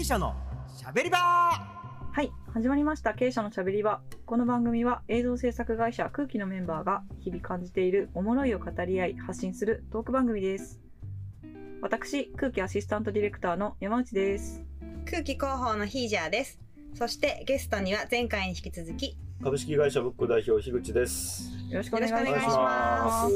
者のしゃべり場。 はい、始まりました経営者のしゃべり場。この番組は映像制作会社空気のメンバーが日々感じているおもろいを語り合い発信するトーク番組です。私、空気アシスタントディレクターの山内です。 空気広報のヒージャーです。そしてゲストには前回に引き続き株式会社ブック代表樋口です。 よろしくお願いします。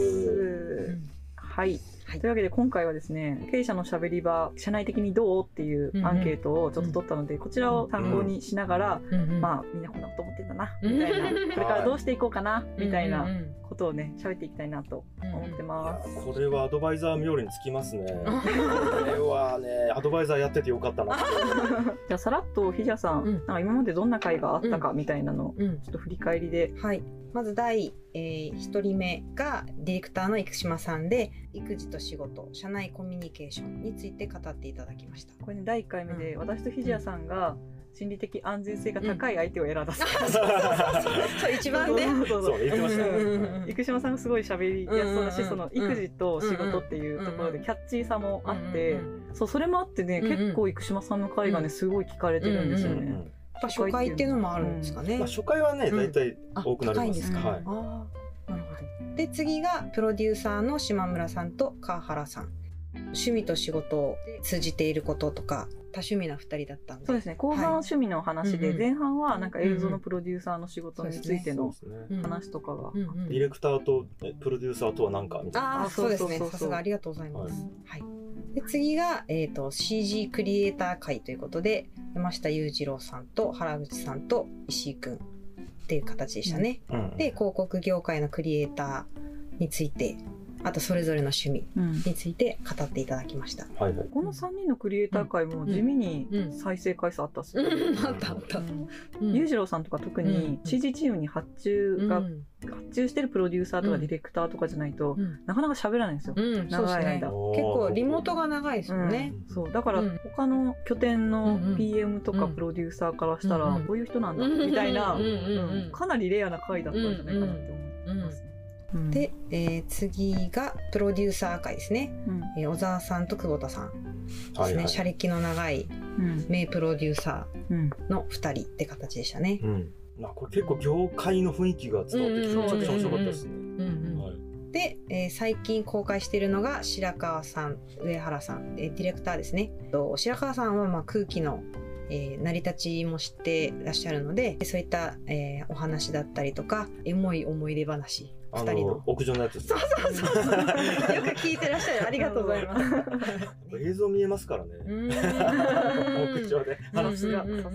はい、というわけで今回はですね、経営者のしゃべり場社内的にどうっていうアンケートをちょっと取ったので、こちらを参考にしながら、まあみんなこんなこと思ってんだなみたいな、これからどうしていこうかなみたいなことをね喋っていきたいなと思ってます。 これはアドバイザー冥利につきますね。これはね、アドバイザーやっててよかったなって。 じゃあさらっとひじゃさん、なんか今までどんな会があったかみたいなのをちょっと振り返りで。 はい。まず第1人目がディレクターの生島さんで、育児と仕事、社内コミュニケーションについて語っていただきました。 これね、第1回目で、私とひじやさんが心理的安全性が高い相手を選んだ。 そう一番ね。 そう言ってましたね。 生島さんがすごい喋りやすそうだし、その育児と仕事っていうところでキャッチーさもあって、それもあってね、結構生島さんの回がねすごい聞かれてるんですよね。 初回っていうのもあるんですかね。 初回はね、だいたい多くなります。 高いんですか。なるほど。で、次がプロデューサーの島村さんと川原さん。趣味と仕事を通じていることとか、多趣味な2人だったんで。 そうですね。後半は趣味の話で、前半はなんか映像のプロデューサーの仕事についての話とかが。 ディレクターとプロデューサーとは何かみたいな。 ああ、そうですね。さすがありがとうございます。はい。で次が、CG クリエイター会ということで、山下裕次郎さんと原口さんと石井くんっていう形でしたね。で、広告業界のクリエイターについて、あとそれぞれの趣味について語っていただきました。 この3人のクリエイター会も地味に再生回数あったっすよね。 あったあった。 裕次郎さんとか特に CG チームに発注してるプロデューサーとかディレクターとかじゃないとなかなか喋らないんですよ。長い間。 結構リモートが長いですよね。 そうだから他の拠点の PM とかプロデューサーからしたらこういう人なんだみたいな、かなりレアな回だったんじゃないかなって思いますね。 で、次がプロデューサー会ですね。小沢さんと久保田さんですね。社歴の長い名プロデューサーの2人って形でしたね。 これ結構業界の雰囲気が伝わってきてめちゃくちゃ面白かったですね。 で、最近公開しているのが白川さん、上原さん、ディレクターですね。白川さんは空気の成り立ちも知ってらっしゃるので、そういった、お話だったりとかエモい思い出話、2人の屋上のやつです。 そうよく聞いてらっしゃる。ありがとうございます。 映像見えますからね。屋上で。 さすがやな。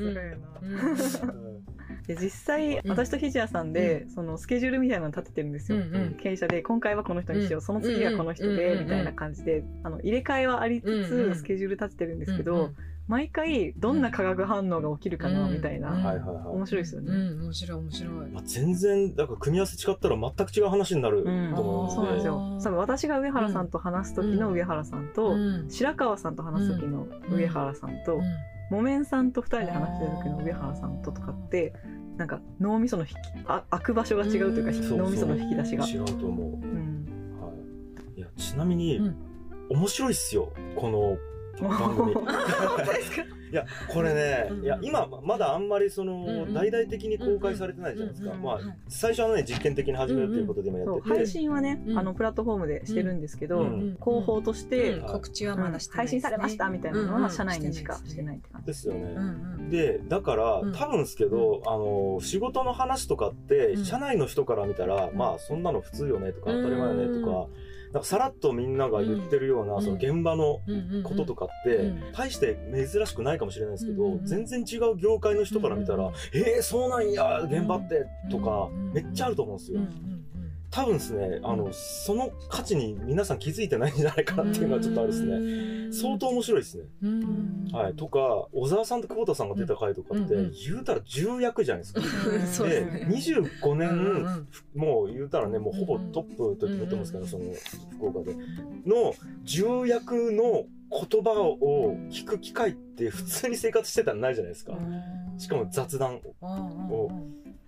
で実際私とひじやさんでそのスケジュールみたいなの立ててるんですよ。経営者で今回はこの人にしよう、その次はこの人でみたいな感じで入れ替えはありつつスケジュール立ててるんですけど、毎回どんな化学反応が起きるかなみたいな、面白いですよね。 面白い。 全然だから組み合わせ違ったら全く違う話になると思うので。 そうなんですよ。多分私が上原さんと話す時の上原さんと、白川さんと話す時の上原さんと、木綿さんと2人で話してる時の上原さんとかってなんか脳みその開く場所が違うというか、脳みその引き出しが違うと思う。いやちなみに面白いっすよこの番組。いやこれね、いや今まだあんまりその大々的に公開されてないじゃないですか。最初はね実験的に始めるということで今やってて、 配信はねプラットフォームでしてるんですけど、広報として告知はまだしてない、 配信されましたみたいなのは社内にしかしてないって感じですよね。でだから多分ですけど、仕事の話とかって社内の人から見たらまあそんなの普通よねとか当たり前よねとか。なんかさらっとみんなが言ってるようなその現場のこととかって大して珍しくないかもしれないですけど、全然違う業界の人から見たらそうなんや現場ってとかめっちゃあると思うんですよ。多分ですねその価値に皆さん気づいてないんじゃないかなっていうのはちょっとあるですね。相当面白いですね。とか小沢さんと久保田さんが出た回とかって言うたら重役じゃないですか。で25年もう言うたらねもうほぼトップと言ってますけど、その福岡での重役の言葉を聞く機会って普通に生活してたらないじゃないですか。しかも雑談を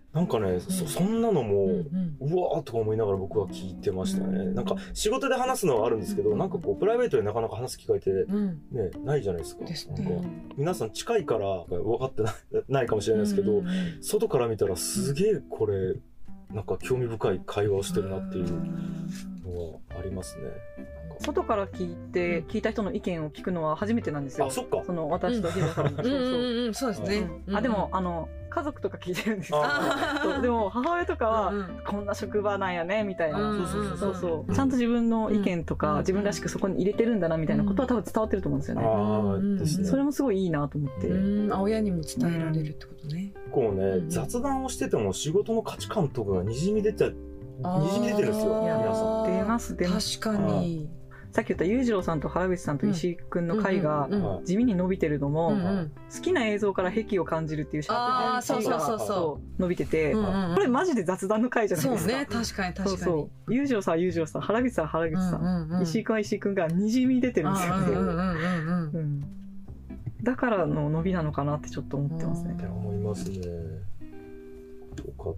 なんかね、そんなのも、うわーとか思いながら僕は聞いてましたね。なんか仕事で話すのはあるんですけど、なんかこうプライベートでなかなか話す機会ってね、ないじゃないですか。なんか皆さん近いから分かってないかもしれないですけど、外から見たらすげえこれなんか興味深い会話をしてるなっていうのはありますね。 外から聞いた人の意見を聞くのは初めてなんですよ。 あ、そっか。 その私とヒロさんの。 そうですね。 あ、でも家族とか聞いてるんですよ。でも母親とかはこんな職場なんやねみたいな。そうそう。ちゃんと自分の意見とか自分らしくそこに入れてるんだなみたいなことは多分伝わってると思うんですよね。それもすごいいいなと思って。 親にも伝えられるってことね。 こうね、雑談をしてても仕事の価値観とかがにじみ出てるんですよ。皆さん。 出ます出ます。 確かに。 さっき言った裕次郎さんと原口さんと石井くんの回が地味に伸びてるのも、好きな映像から癖を感じるっていうシャープが伸びてて、これマジで雑談の回じゃないですか。 そうね、確かに確かに。 裕次郎さんは裕次郎さん、原口さんは原口さん、石井くんは石井くんがにじみ出てるんですよね。だからの伸びなのかなってちょっと思ってますね。 思いますね。とか。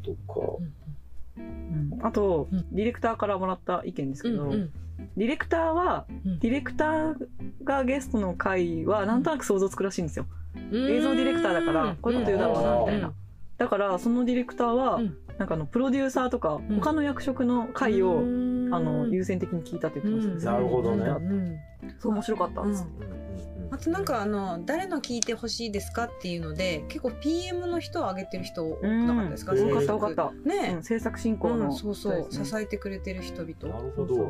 あとディレクターからもらった意見ですけど、ディレクターがゲストの回はなんとなく想像つくらしいんですよ。映像ディレクターだからこういうこと言うだろうなみたいな。だからそのディレクターはなんかプロデューサーとか他の役職の回を優先的に聞いたって言ってました。 なるほどね。 そう面白かったんです。 あとなんか誰の聞いてほしいですかっていうので結構 PM の人を挙げてる人多くなかったですか？ 多かった多かったね、 制作進行のそうそう支えてくれてる人々。 なるほど。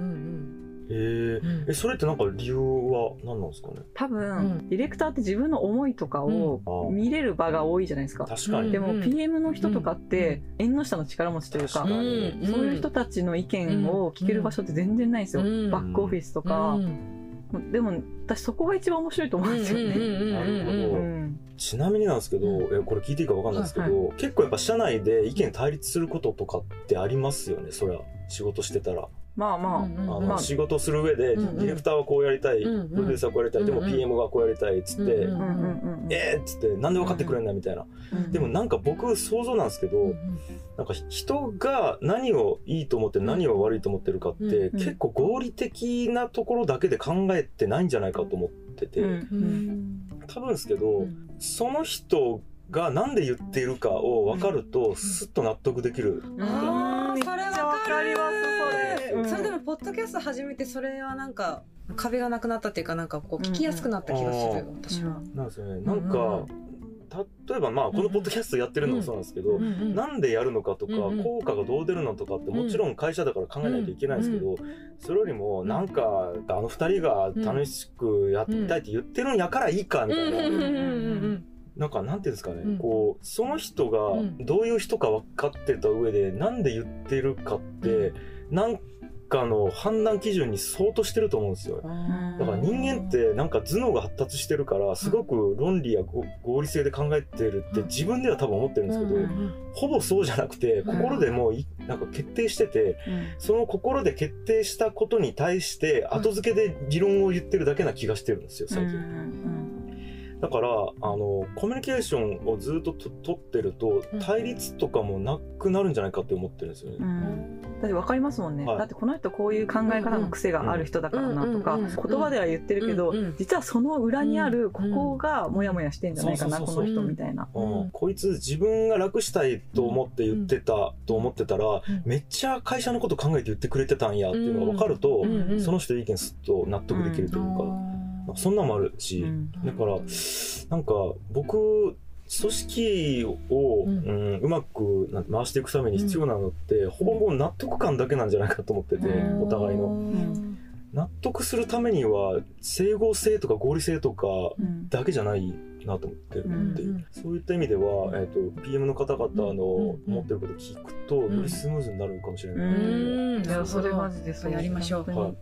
それってなんか理由は何なんですかね？ 多分ディレクターって自分の思いとかを見れる場が多いじゃないですか。 確かに。 でも PM の人とかって縁の下の力持ちというか、そういう人たちの意見を聞ける場所って全然ないんですよ。バックオフィスとか。でも私そこが一番面白いと思うんですよね。 なるほど。ちなみになんですけど、これ聞いていいか分かんないですけど、結構やっぱ社内で意見対立することとかってありますよね。そりゃ仕事してたら。 まあ仕事する上でディレクターはこうやりたい、プロデューサーはこうやりたい、でも PM がこうやりたいっつって、っつってなんで分かってくれんないみたいな。でもなんか僕想像なんですけど、なんか人が何をいいと思って何を悪いと思ってるかって結構合理的なところだけで考えてないんじゃないかと思ってて、多分ですけどその人がなんで言っているかを分かるとスッと納得できる。 それ分かります。それでもポッドキャスト始めてそれはなんか壁がなくなったっていうかなんかこう聞きやすくなった気がする。私は。 なんですよね。なんか例えばこのポッドキャストやってるのもそうなんですけど、なんでやるのかとか効果がどう出るのとかってもちろん会社だから考えないといけないんですけど、それよりもなんか2人が楽しくやりたいって言ってるんやからいいかみたいな。なんかなんていうんですかね、こうその人がどういう人か分かってた上でなんで言ってるかってなんかの判断基準に相当してると思うんですよ。だから人間ってなんか頭脳が発達してるからすごく論理や合理性で考えてるって自分では多分思ってるんですけど、ほぼそうじゃなくて心でもうなんか決定してて、その心で決定したことに対して後付けで理論を言ってるだけな気がしてるんですよ最近。だからコミュニケーションをずっと取ってると対立とかもなくなるんじゃないかって思ってるんですよね。 だって分かりますもんね。だってこの人こういう考え方の癖がある人だからなとか言葉では言ってるけど実はその裏にあるここがモヤモヤしてんじゃないかなこの人みたいな。こいつ自分が楽したいと思って言ってたと思ってたらめっちゃ会社のこと考えて言ってくれてたんやっていうのが分かるとその人の意見すっと納得できるというか。そんなのもあるし、だからなんか僕組織を、うまく回していくために必要なのって、ほぼほぼ納得感だけなんじゃないかと思ってて、お互いの。納得するためには整合性とか合理性とかだけじゃないなと思ってるっていう、そういった意味では、PM の方々の持ってることを聞くとよりスムーズになるかもしれない。 いやそれマジでそうやりましょう。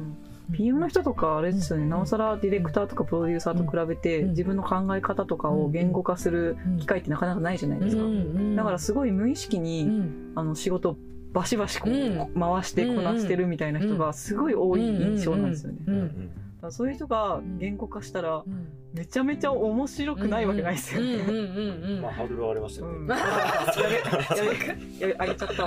PM の人とかあれですよね、なおさらディレクターとかプロデューサーと比べて自分の考え方とかを言語化する機会ってなかなかないじゃないですか。だからすごい無意識に仕事をバシバシこう回してこなしてるみたいな人がすごい多い印象なんですよね。 そういう人が言語化したらめちゃめちゃ面白くないわけないですよね。 まあハードルはありましたよね。 やべ、あげちゃったわ。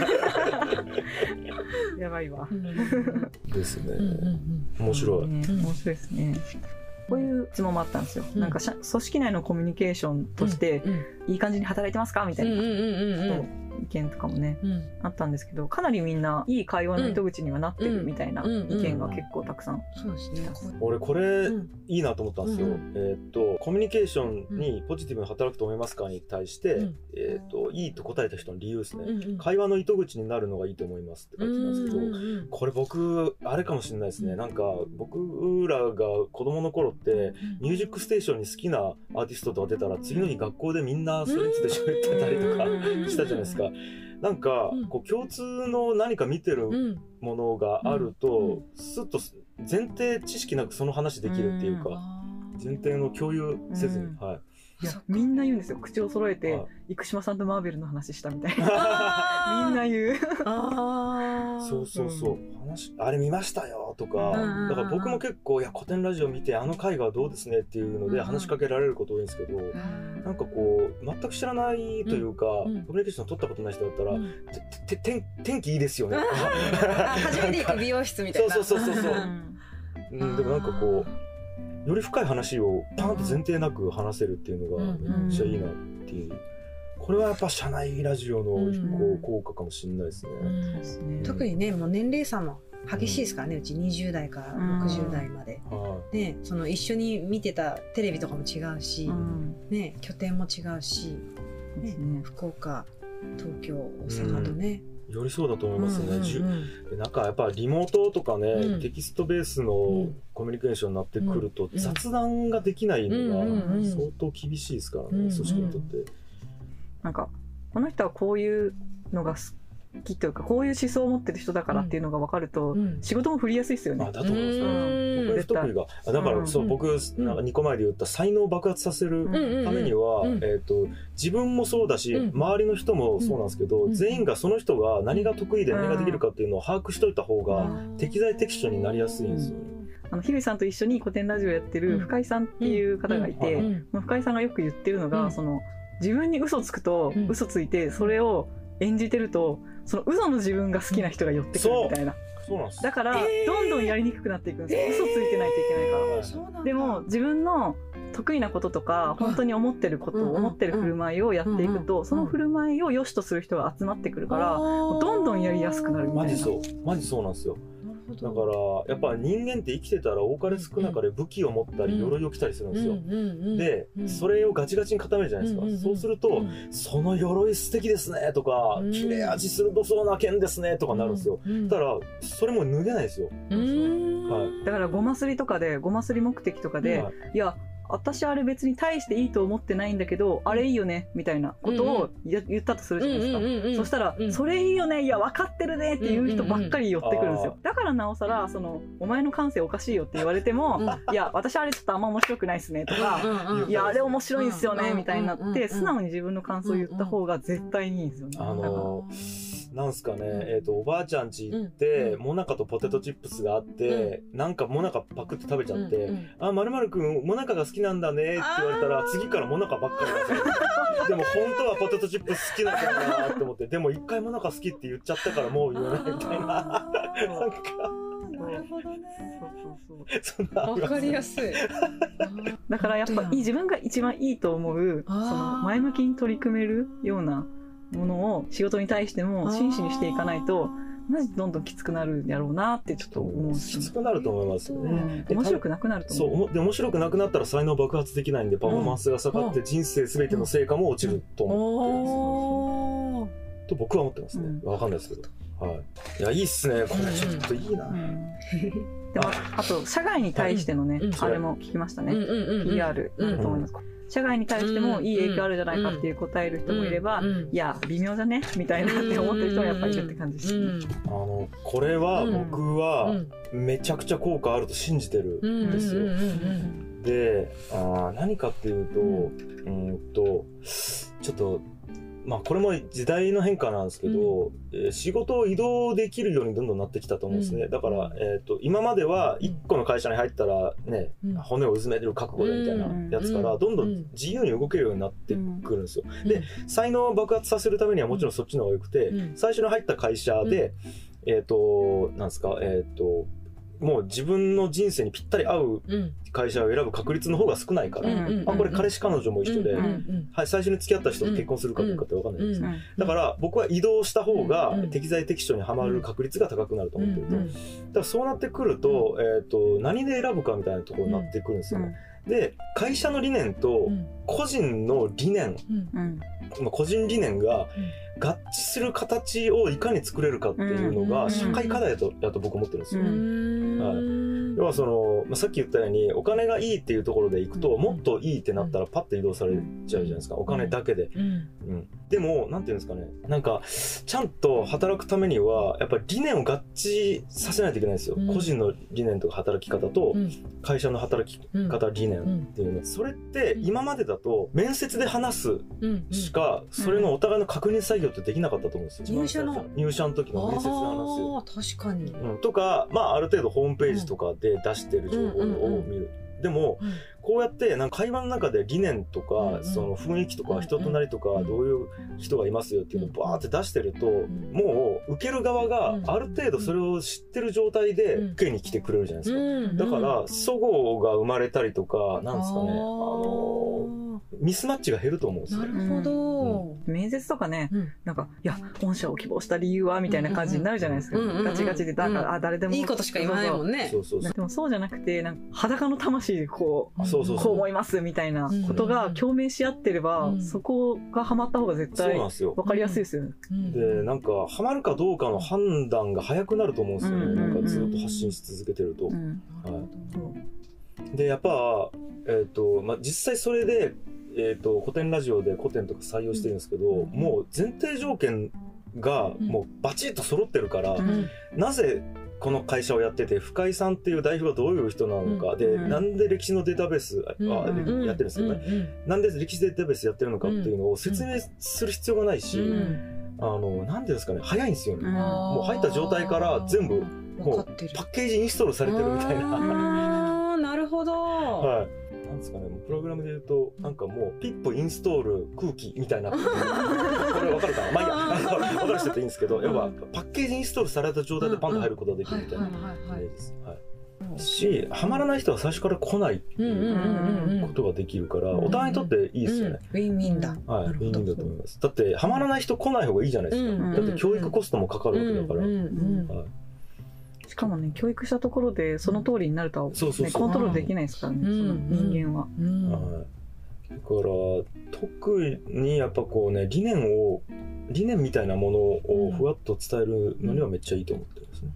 やばいわ。 ですね。面白い。 面白いですね。こういう質問もあったんですよ。なんか組織内のコミュニケーションとしていい感じに働いてますかみたいな。意見とかもね、あったんですけど、かなりみんないい会話の糸口にはなってるみたいな意見が結構たくさん。 そうですね。 俺これいいなと思ったんですよ。コミュニケーションにポジティブに働くと思いますかに対していいと答えた人の理由ですね。会話の糸口になるのがいいと思いますって書いてたんですけど、これ僕あれかもしれないですね。なんか僕らが子供の頃ってミュージックステーションに好きなアーティストとか出たら次の日学校でみんなそれについて喋ってたりとかしたじゃないですか。なんかこう共通の何か見てるものがあるとスッと前提知識なくその話できるっていうか、前提の共有せずに、 いやみんな言うんですよ。口を揃えて生島さんとマーベルの話したみたいな。みんな言う。 そうそうそう、あれ見ましたよとか。だから僕も結構、いや古典ラジオ見てあの回がどうですねっていうので話しかけられること多いんですけど、なんかこう全く知らないというか、コミュニケーション取ったことない人だったら天気いいですよね。 初めて行く美容室みたいな。 そうでもなんかこうより深い話をパンと前提なく話せるっていうのがめっちゃいいなっていう。これはやっぱ社内ラジオの効果かもしれないですね。 特にね、もう年齢差も激しいですからね。うち20代から60代まで、ね、その一緒に見てたテレビとかも違うし、ね、拠点も違うし、ね、福岡、東京、大阪とね、 よりそうだと思いますね。なんかやっぱリモートとかね、テキストベースのコミュニケーションになってくると雑談ができないのが相当厳しいですからね、組織にとって。なんかこの人はこういうのが好きというか、こういう思想を持ってる人だからっていうのが分かると、仕事も振りやすいですよね。 だと思います。僕の得意がだからそう、僕なんか2個前で言った才能を爆発させるためには、自分もそうだし、周りの人もそうなんですけど、全員がその人が何が得意で何ができるかっていうのを把握しといた方が適材適所になりやすいんですよね。日比さんと一緒に古典ラジオやってる深井さんっていう方がいて、深井さんがよく言ってるのが、その自分に嘘つくと嘘ついてそれを演じてると、その嘘の自分が好きな人が寄ってくるみたいな。だからどんどんやりにくくなっていくんですよ。嘘ついてないといけないから。でも自分の得意なこととか本当に思ってることを思ってる振る舞いをやっていくと、その振る舞いを良しとする人が集まってくるから、どんどんやりやすくなるみたいな。 マジそうなんですよ。だからやっぱ人間って生きてたら多かれ少なかれ武器を持ったり鎧を着たりするんですよ。でそれをガチガチに固めるじゃないですか。そうするとその鎧素敵ですねとか、切れ味鋭そうな剣ですねとかなるんですよ。だからそれも脱げないですよ。 だからごますりとかで、ごますり目的とかで、いや私あれ別に大していいと思ってないんだけど、あれいいよねみたいなことを言ったとするじゃないですか。そしたらそれいいよね、いや分かってるねっていう人ばっかり寄ってくるんですよ。だからなおさらそのお前の感性おかしいよって言われても、いや私あれちょっとあんま面白くないっすねとか、いやあれ面白いんすよねみたいになって素直に自分の感想を言った方が絶対にいいんですよね。 なんすかね、おばあちゃん家行って、もなかとポテトチップスがあって、なんかもなかパクって食べちゃって、あ、まるまるくん、もなかが好きなんだねって言われたら、次からもなかばっかりなんですよ。でも本当はポテトチップス好きなんだなって思って、でも一回もなか好きって言っちゃったからもう言わないみたいな。なんか。 なるほどね。 そんなわかりやすい。 だからやっぱ自分が一番いいと思う、その前向きに取り組めるようなものを仕事に対しても真摯にしていかないと、マジでどんどんきつくなるんやろうなってちょっと思うし、 きつくなると思いますよね。 面白くなくなると思う。 そうで面白くなくなったら才能爆発できないんで、パフォーマンスが下がって人生すべての成果も落ちると思ってと僕は思ってますね。わかんないですけど、いやいいっすね、これちょっといいな。 でもあと社外に対してのね、あれも聞きましたね。PR だと思います。社外に対してもいい影響あるじゃないかっていう答える人もいれば、いや微妙じゃねみたいなって思ってる人もやっぱりいるって感じですね。 これは僕はめちゃくちゃ効果あると信じてるんですよ。で何かっていうと、ちょっとまあこれも時代の変化なんですけど、仕事を移動できるようにどんどんなってきたと思うんですね。だから、今までは1個の会社に入ったらね、骨をうずめる覚悟でみたいなやつから、どんどん自由に動けるようになってくるんですよ。で、才能を爆発させるためにはもちろんそっちの方が良くて、最初に入った会社で、なんですか、もう自分の人生にぴったり合う会社を選ぶ確率の方が少ないから、これ彼氏彼女も一緒で、はい、最初に付き合った人と結婚するかどうかって分かんないです。だから僕は移動した方が適材適所にはまる確率が高くなると思ってると。だからそうなってくると、何で選ぶかみたいなところになってくるんですよね。で、会社の理念と個人の理念、個人理念が合致する形をいかに作れるかっていうのが社会課題だと僕思ってるんですよ。要はさっき言ったようにお金がいいっていうところでいくと、もっといいってなったらパッと移動されちゃうじゃないですか、お金だけで。でもなんていうんですかね、なんかちゃんと働くためにはやっぱり理念を合致させないといけないんですよ。個人の理念とか働き方と会社の働き方理念っていうの、それって今までだと面接で話すしかそれのお互いの確認作業ってできなかったと思うんですよ。入社の時の面接で話す。確かに。 とか、まあある程度ホームページとかで出してる情報を見る。でも、こうやってなんか会話の中で理念とか、その雰囲気とか人となりとか、どういう人がいますよっていうのをバーって出してると、もう受ける側がある程度それを知ってる状態で受けに来てくれるじゃないですか。だから齟齬が生まれたりとか、なんですかね、ミスマッチが減ると思うんですよ。 なるほど。 面接とかね、なんか、いや、本社を希望した理由はみたいな感じになるじゃないですか。ガチガチで、だから、誰でも。 いいことしか言わないもんね。 でもそうじゃなくて、なんか裸の魂でこう思いますみたいなことが共鳴し合ってれば、そこがハマった方が絶対分かりやすいですよね。 で、なんか、ハマるかどうかの判断が早くなると思うんですよね。なんかずっと発信し続けてると。で、やっぱ、実際それで、古典ラジオで古典とか採用してるんですけど、もう前提条件がもうバチッと揃ってるから、なぜこの会社をやってて、深井さんっていう代表がどういう人なのか、で、なんで歴史のデータベースやってるんですけどね、なんで歴史データベースやってるのかっていうのを説明する必要がないし、なんていうんですかね、早いんですよね。もう入った状態から全部、もうパッケージインストールされてるみたいな。 なるほど。 はい。なんですかね、プログラムで言うと、なんかもう、ピップインストール空気みたいな。これわかるかな、まあいいや、わかる人っていいんですけど、要は、パッケージインストールされた状態でパンと入ることができるみたいなイメージです。し、ハマらない人は最初から来ないっていうことができるから、お互いにとっていいですよね。 ウィンウィンだ。 はい、ウィンウィンだと思います。だって、ハマらない人来ない方がいいじゃないですか。だって教育コストもかかるわけだから。 しかもね、教育したところでその通りになるとは、ね、コントロールできないですからね、その人間は。 だから特にやっぱこうね、理念みたいなものをふわっと伝えるのにはめっちゃいいと思ってるんですね。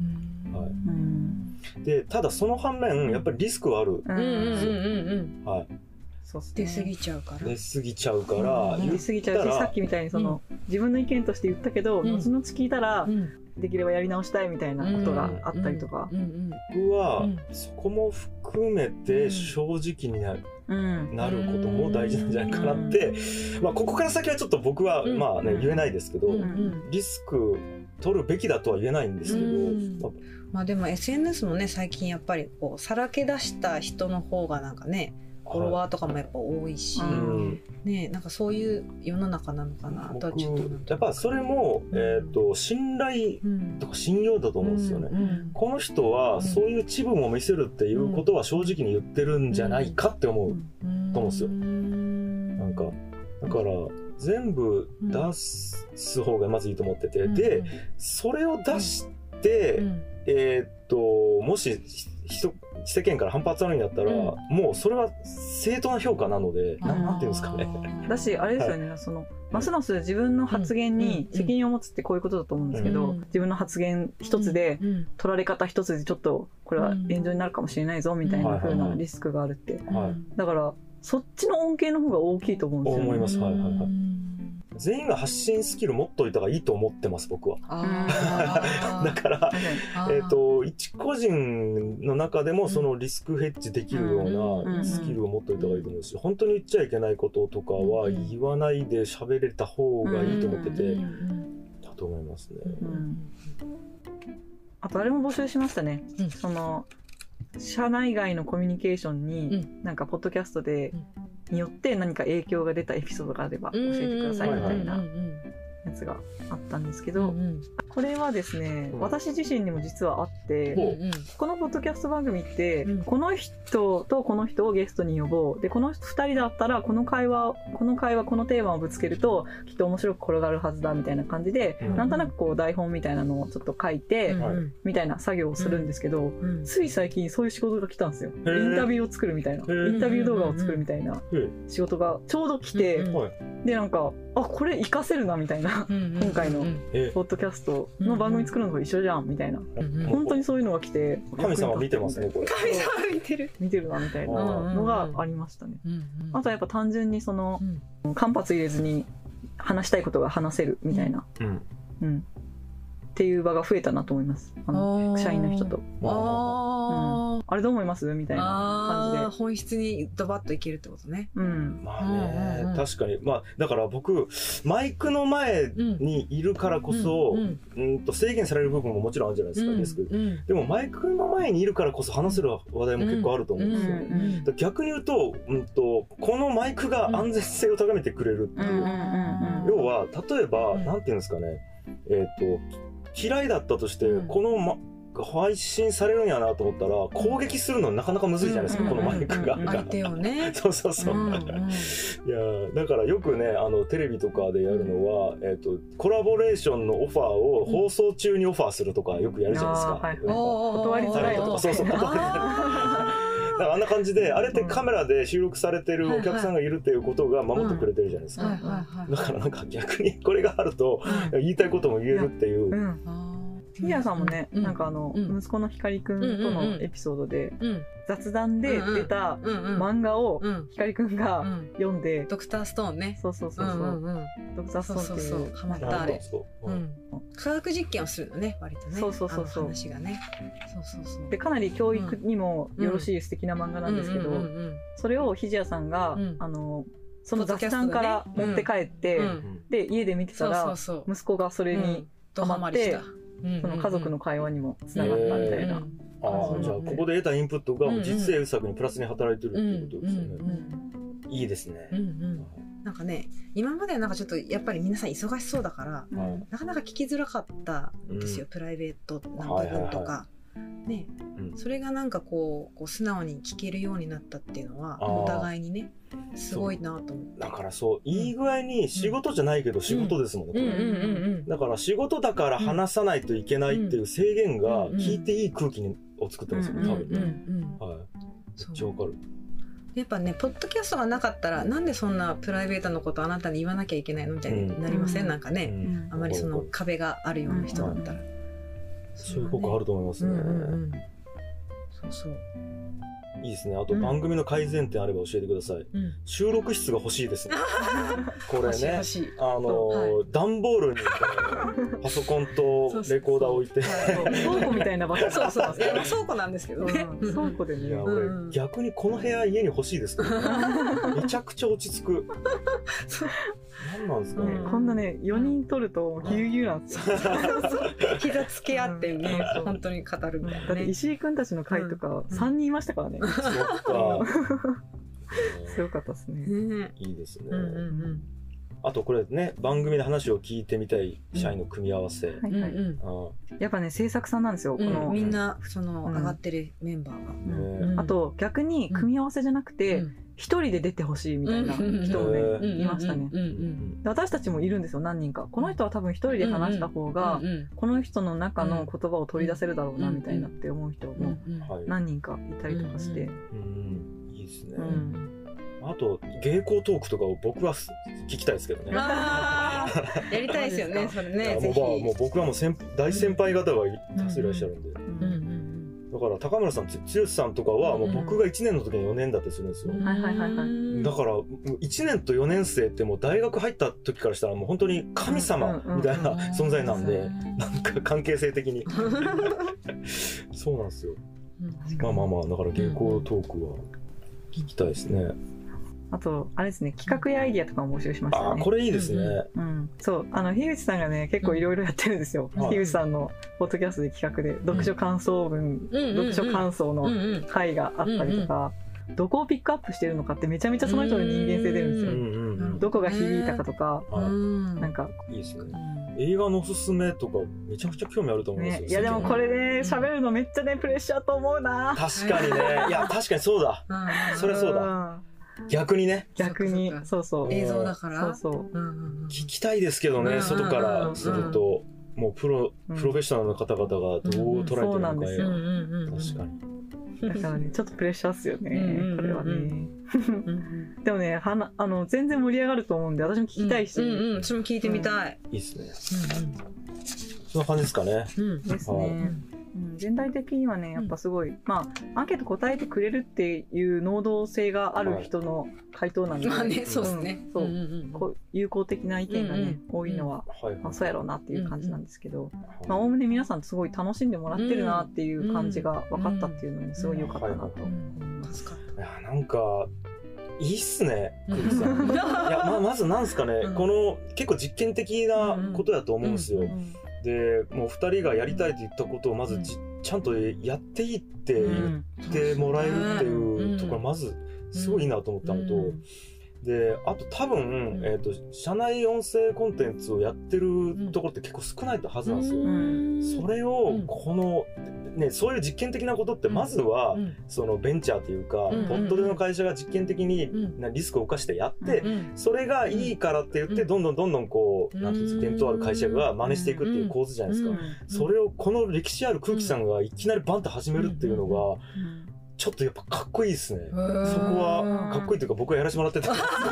で、ただその反面やっぱりリスクはあるんですよ。 出過ぎちゃうから。 出過ぎちゃうから。 出過ぎちゃうし、さっきみたいに自分の意見として言ったけど、後々聞いたら、できればやり直したいみたいなことがあったりとか。 僕はそこも含めて正直になることも大事なんじゃないかなって、まあここから先はちょっと僕はまあね言えないですけど、リスク取るべきだとは言えないんですけど、 まあでも SNS もね、最近やっぱりこうさらけ出した人の方がなんかね、フォロワーとかもやっぱ多いし、ね、なんかそういう世の中なのかなとはちょっとやっぱそれも、信頼とか信用だと思うんですよね。この人はそういう一部も見せるっていうことは正直に言ってるんじゃないかって思うと思うんですよ。なんかだから全部出す方がまずいいと思ってて、でそれを出して、もし世間から反発あるんやったら、もうそれは正当な評価なので、なんていうんですかね。 だし、あれですよね、ますます自分の発言に責任を持つってこういうことだと思うんですけど、自分の発言一つで、取られ方一つでちょっとこれは炎上になるかもしれないぞみたいな風なリスクがあるって。だから、そっちの恩恵の方が大きいと思うんですよね。 思います。 全員が発信スキル持っといた方がいいと思ってます僕は。だから一個人の中でもそのリスクヘッジできるようなスキルを持っといた方がいいと思うし、本当に言っちゃいけないこととかは言わないで喋れた方がいいと思っててだと思いますね。 あとあれも募集しましたね。その社内外のコミュニケーションになんかポッドキャストでによって何か影響が出たエピソードがあれば教えてくださいみたいなやつがあったんですけど、これはですね、私自身にも実はあって、このポッドキャスト番組ってこの人とこの人をゲストに呼ぼうで、この2人だったらこの会話このテーマをぶつけるときっと面白く転がるはずだみたいな感じで、なんとなくこう台本みたいなのをちょっと書いてみたいな作業をするんですけど、つい最近そういう仕事が来たんですよ。インタビューを作るみたいな、インタビュー動画を作るみたいな仕事がちょうど来て、でなんかこれ活かせるなみたいな、今回のポッドキャストの番組作るのと一緒じゃんみたいな、本当にそういうのが来て、 神様見てますねこれ。 神様見てるなみたいなのがありましたね。あとはやっぱ単純にその間髪入れずに話したいことが話せるみたいな、っていう場が増えたなと思います。社員の人と。あれどう思いますみたいな感じで。 本質にドバッといけるってことね。 まあね、確かに。まあだから僕マイクの前にいるからこそ制限される部分ももちろんあるじゃないですか、デスク。でもマイクの前にいるからこ要話せる話題も結構あると思うんですよ。逆に言うとこのマイクが安全性を高めてくれるっていう。要は例えばなんていうんですかね、嫌いだったとしてこの配信されるんやなと思ったら攻撃するのなかなかむずいじゃないですか、このマイクが。 相手をね。 そう。いやだからよくねテレビとかでやるのはコラボレーションのオファーを放送中にオファーするとかよくやるじゃないですか。 断りづらいとか。 そう断りづらい。だからあんな感じであれってカメラで収録されてるお客さんがいるっていうことが守ってくれてるじゃないですか。だからなんか逆にこれがあると言いたいことも言えるっていう。 フィギュアさんもね、なんか息子の光くんとのエピソードで雑談で出た漫画を光くんが読んで、 ドクターストーンね。 そうドクターストーンっていうハマったあれ。科学実験をするのね、割とね。話がね。 でかなり教育にもよろしい素敵な漫画なんですけど、それをひじやさんがその雑談から持って帰ってで家で見てたら息子がそれにハマって。その家族の会話にもつながったみたいな。 じゃあここで得たインプットが実演作にプラスに働いてるっていうことですよね。いいですね。 なんかね、今まではなんかちょっとやっぱり皆さん忙しそうだからなかなか聞きづらかったんですよ、プライベートな部分とか。ね、それがなんかこう素直に聞けるようになったっていうのはお互いにねすごいなと思って。 だからいい具合に仕事じゃないけど仕事ですもんね。だから仕事だから話さないといけないっていう制限が聞いていい空気を作ってますよね、多分ね。めっちゃわかる。 やっぱね、ポッドキャストがなかったらなんでそんなプライベートのことあなたに言わなきゃいけないのみたいになりません？なんかね、あまりその壁があるような人だったら。 そういうことあると思いますね。いいですね。あと番組の改善点あれば教えてください。収録室が欲しいですね。これね、段ボールにパソコンとレコーダー置いて倉庫みたいな場所。 倉庫なんですけどね。 倉庫でね。 いや俺逆にこの部屋家に欲しいですね。めちゃくちゃ落ち着く。何なんですかね。 こんなね4人撮るとギュウギュウなんですよ。 膝つけ合ってね、本当に語るみたいな。 だって石井くんたちの会とか3人いましたからね。 そっか。 すごかったですね。 いいですね。あとこれね、番組で話を聞いてみたい社員の組み合わせ。 やっぱね制作さんなんですよ。 みんなその上がってるメンバーが。あと逆に組み合わせじゃなくて一人で出てほしいみたいな人もねいましたね。私たちもいるんですよ、何人か。この人は多分一人で話した方がこの人の中の言葉を取り出せるだろうなみたいなって思う人も何人かいたりとかして。 いいですね。あと芸巧トークとかを僕は聞きたいですけどね。 やりたいですよね、それね。 もう僕はもう大先輩方が多数いらっしゃるんで。だかから高村さん、剛さんとかはもう僕が1年の時に4年だったりするんですよ。 はいはいはいはい。 だから1年と4年生ってもう大学入った時からしたらもう本当に神様みたいな存在なんで、なんか関係性的にそうなんですよ。まあまあまあ、だから芸行トークは聞きたいですね。 あとあれですね、企画やアイディアとかも募集しましたね。 これいいですね。 そう樋口さんがね結構いろいろやってるんですよ。樋口さんのポッドキャストで企画で読書感想文、読書感想の回があったりとか、どこをピックアップしてるのかってめちゃめちゃその人の人間性出るんですよ。どこが響いたかとか、なんかいいですね。映画のおすすめとかめちゃくちゃ興味あると思うんですよ。 いやでもこれね喋るのめっちゃねプレッシャーと思うな。 確かにね。いや確かにそうだ。それそうだ。逆にね。 逆にそうそう。 映像だから。 そうそう。 聞きたいですけどね、外からするともうプロフェッショナルの方々がどう捉えてるのか。そうなんですよ。確かに。 だからねちょっとプレッシャーっすよねこれはね。でもね全然盛り上がると思うんで私も聞きたいし、 私も聞いてみたい。 いいっすね。そんな感じですかね。 ですね。全体的にはねやっぱすごいアンケート答えてくれるっていう能動性がある人の回答なんで、 そうですね。 有効的な意見がね多いのはそうやろうなっていう感じなんですけど、おおむね皆さんすごい楽しんでもらってるなっていう感じが分かったっていうのにすごい良かったなと思います。 いやなんかいいっすね、クリスさん。いやまずなんですかね、この結構実験的なことだと思うんですよ。でもう2人がやりたいと言ったことをまずちゃんとやっていいって言ってもらえるっていうところまずすごいいいなと思ったのと、であと多分、社内音声コンテンツをやってるところって結構少ないはずなんですよ。それをこのね、そういう実験的なことってまずはそのベンチャーというかポッドでの会社が実験的にリスクを冒してやってそれがいいからって言ってどんどんこうなんていうんですか、伝統ある会社が真似していくっていう構図じゃないですか。それをこの歴史ある空気さんがいきなりバンと始めるっていうのがちょっとやっぱかっこいいですね。そこはかっこいいというか僕はやらせてもらってて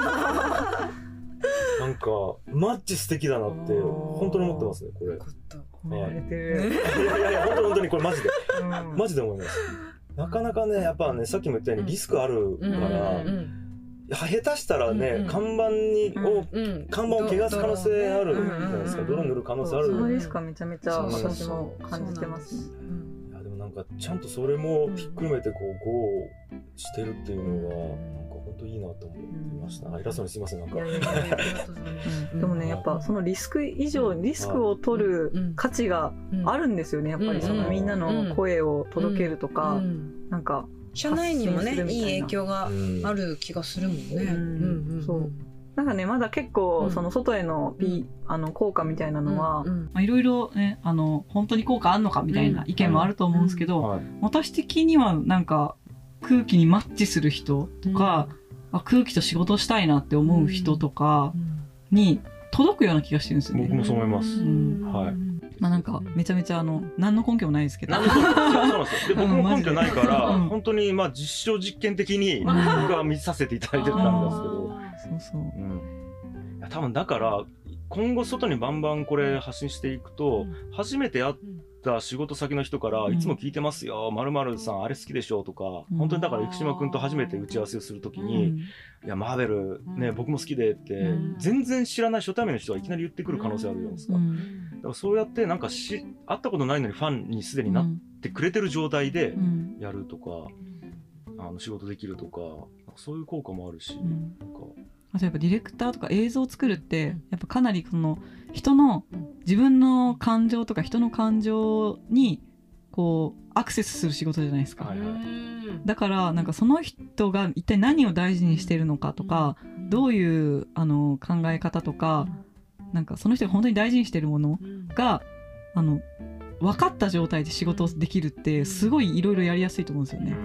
なんかマッチ素敵だなって本当に思ってますねこれ。いや本当にこれマジで思います。なかなかねやっぱねさっきも言ったようにリスクあるから下手したらね看板を汚す可能性あるじゃないですか。泥塗る可能性ある。 そのリスクはめちゃめちゃ私も感じてますね。 いやでもなんかちゃんとそれもひっくるめてこうGOしてるっていうのはなんか本当いいなと思いました。偉そうにすいませんなんか。 でもねやっぱそのリスク以上リスクを取る価値があるんですよね。やっぱりそのみんなの声を届けるとかなんか社内にもねいい影響がある気がするもんね。 そうなんかねまだ結構その外への効果みたいなのはいろいろね本当に効果あるのかみたいな意見もあると思うんですけど、私的にはなんか空気にマッチする人とか、空気と仕事したいなって思う人とかに届くような気がしてるんですよね。 僕もそう思います。はい。 なんかめちゃめちゃ何の根拠もないですけど。 そうなんですよ。で僕も根拠ないから本当に実証実験的に僕が見させていただいてるんですけど。 そう。 いや多分だから今後外にバンバンこれ発信していくと初めて会った仕事先の人からいつも聞いてますよ〇〇さんあれ好きでしょとか本当にだから生島君と初めて打ち合わせをするときにいやマーベルね僕も好きでって全然知らない初対面の人がいきなり言ってくる可能性あるじゃないですか。だからそうやってなんか会ったことないのにファンにすでになってくれてる状態でやるとか仕事できるとかそういう効果もあるしなんか例えばディレクターとか映像を作るってやっぱかなりその人の自分の感情とか人の感情にこうアクセスする仕事じゃないですか。だからなんかその人が一体何を大事にしてるのかとかどういう考え方とかなんかその人が本当に大事にしてるものが分かった状態で仕事をできるってすごいいろいろやりやすいと思うんですよね。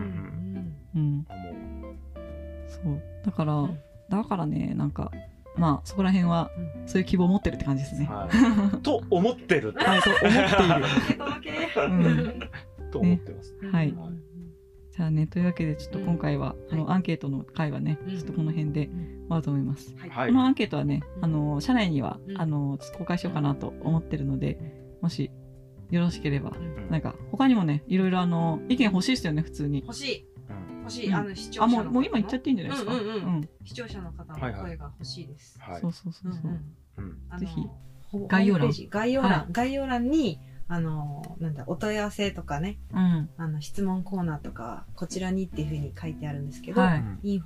そうだからねなんかそこら辺はそういう希望を持ってるって感じですね。 と思ってる。 はい、と思っている。 と思ってます。 はい。じゃあねというわけでちょっと今回はこのアンケートの回はねちょっとこの辺で終わると思います。このアンケートはね社内には公開しようかなと思ってるのでもしよろしければ、 うんなんか他にもね、いろいろ意見欲しいですよね、普通に。 欲しい。欲しい。 うん視聴者の方の。 もう今言っちゃっていいんじゃないですか。 うんうんうん視聴者の方の声が欲しいです。 はい。 そうそうそうそう。 うん。 ぜひ概要欄。概要欄。 はい概要欄に、なんだ、お問い合わせとかね、 うん。 質問コーナーとか、こちらにっていうふうに書いてあるんですけど、 はい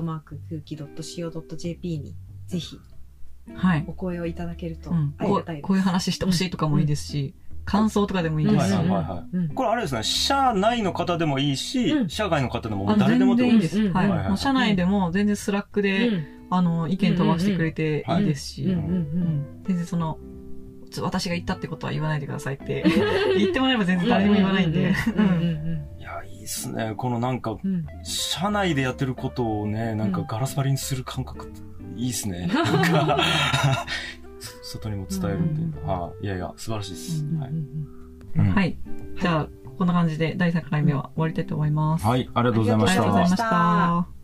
info@空気.co.jp にぜひはい。 お声をいただけるとうんありがたいです。 こういう話してほしいとかもいいですし、感想とかでもいいですし。 はいはいはい。これあれですね、社内の方でもいいし、社外の方でもあ誰でもってこと全然いいです。はい。 はいはいもう社内でも全然スラックで、意見飛ばしてくれていいですし、全然私が言ったってことは言わないでくださいって言ってもらえば全然誰にも言わないんで。 いや、いいっすね。このなんか、社内でやってることをね、なんかガラス張りにする感覚っていいっすね。なんか外にも伝えるっていうのは、いやいや、素晴らしいです。 はい。じゃあ、こんな感じで第3回目は終わりたいと思います。 はい、ありがとうございました。 ありがとうございました。